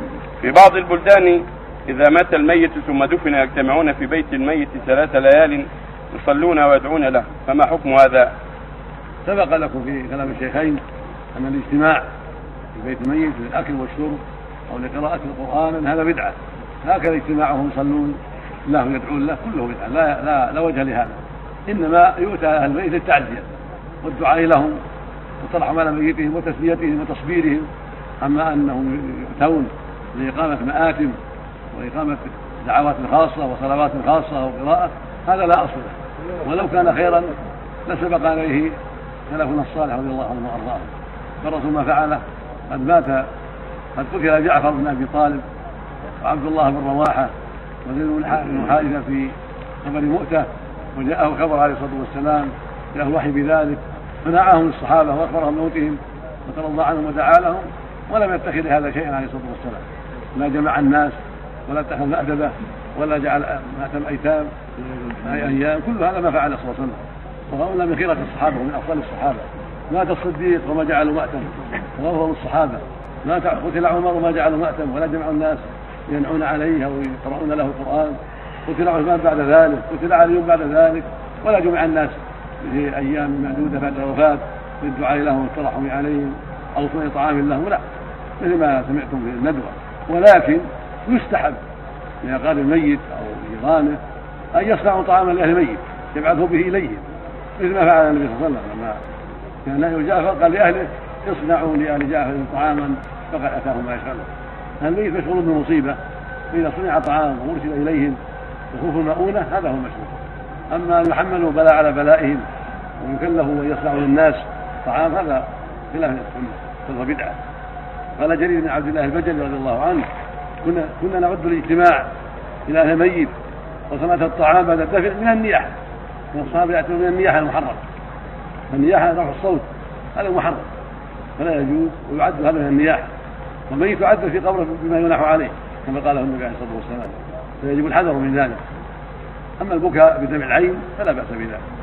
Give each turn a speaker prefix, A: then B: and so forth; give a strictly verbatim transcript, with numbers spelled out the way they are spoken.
A: في بعض البلدان إذا مات الميت ثم دفن يجتمعون في بيت الميت ثلاث ليال يصلون ويدعون له، فما حكم هذا؟
B: سبق لكم في كلام الشيخين أن الاجتماع في بيت الميت للأكل والشرب أو لقراءة القرآن هذا بدعة، هكذا اجتماعهم يصلون له يدعون له كله بدعة، لا, لا, لا وجه لهذا، إنما يؤتى أهل البيت للتعزية والدعاء لهم وترحم على ميتهم وتسليتهم وتصبيرهم. أما أنهم يؤتون لإقامة مآتم وإقامة دعوات خاصة وصلوات خاصة وقراءة هذا لا أصل له، ولو كان خيرا لسبق عليه سلفنا الصالح رضي الله عنه وأرضاه. فالرسول ما فعله، قد مات قد قتل جعفر بن أبي طالب وعبد الله بن رواحة وزيد بن حارثة في خبر مؤتة، وجاءه خبر عليه الصلاة والسلام جاءه الوحي بذلك فنعاهم الصحابة وأخبرهم موتهم وترضى عنهم ودعا لهم، ولم يتخذ هذا شيئا عليه الصلاة والسلام، لا جمع الناس ولا اتخذ مأدبة ولا جعل مأتم أيتام أيام، كل هذا ما فعل صلى الله عليه وسلم، وهؤلاء من خيرة الصحابة ومن أفضل الصحابة. مات الصديق وما جعلوا مأتم وأفضل الصحابة، مات قتل عمر وما جعلوا مأتم ولا جمعوا الناس ينعون عليه أو يقرؤون له القرآن، قتل عثمان بعد ذلك، قتل علي بعد ذلك، ولا جمع الناس في أيام معدودة بعد الوفاة للدعاء لهم والترحم عليهم أو صنع طعام لهم، لا، مثل ما سمعتم في الندوة. ولكن يستحب لأقارب الميت أو جيرانه أن يصنعوا طعاما لأهل الميت يبعثوا به إليهم، مثل ما فعل النبي صلى الله عليه وسلم لما كان نهي جعفر قال لأهله اصنعوا لآل جعفر طعاما فقد أتاهم ما يشغلهم. الميت مشغول بالمصيبة، فإذا صنع طعام وأرسل إليهم وخوف المؤونة هذا هو المشغول. أما أن يحملوا بلاء على بلائهم ويكلفوا ويصنعوا للناس طعام هذا خلاف السنة، فهو بدعة. قال جرير بن عبد الله البجلي رضي الله عنه كنا كنا نعد الاجتماع إلى أهل الميت وصنعة الطعام بعد الدفن من النياحة، والصحابة يعتبرون من النياحة المحرم، النياحة رفع الصوت هذا محرم فلا يجوز، ويعد هذا من النياحة، والميت يعد في قبره بما يناح عليه كما قاله النبي عليه الصلاة والسلام، فيجب الحذر من ذلك. أما البكاء بدمع العين فلا بأس بذلك.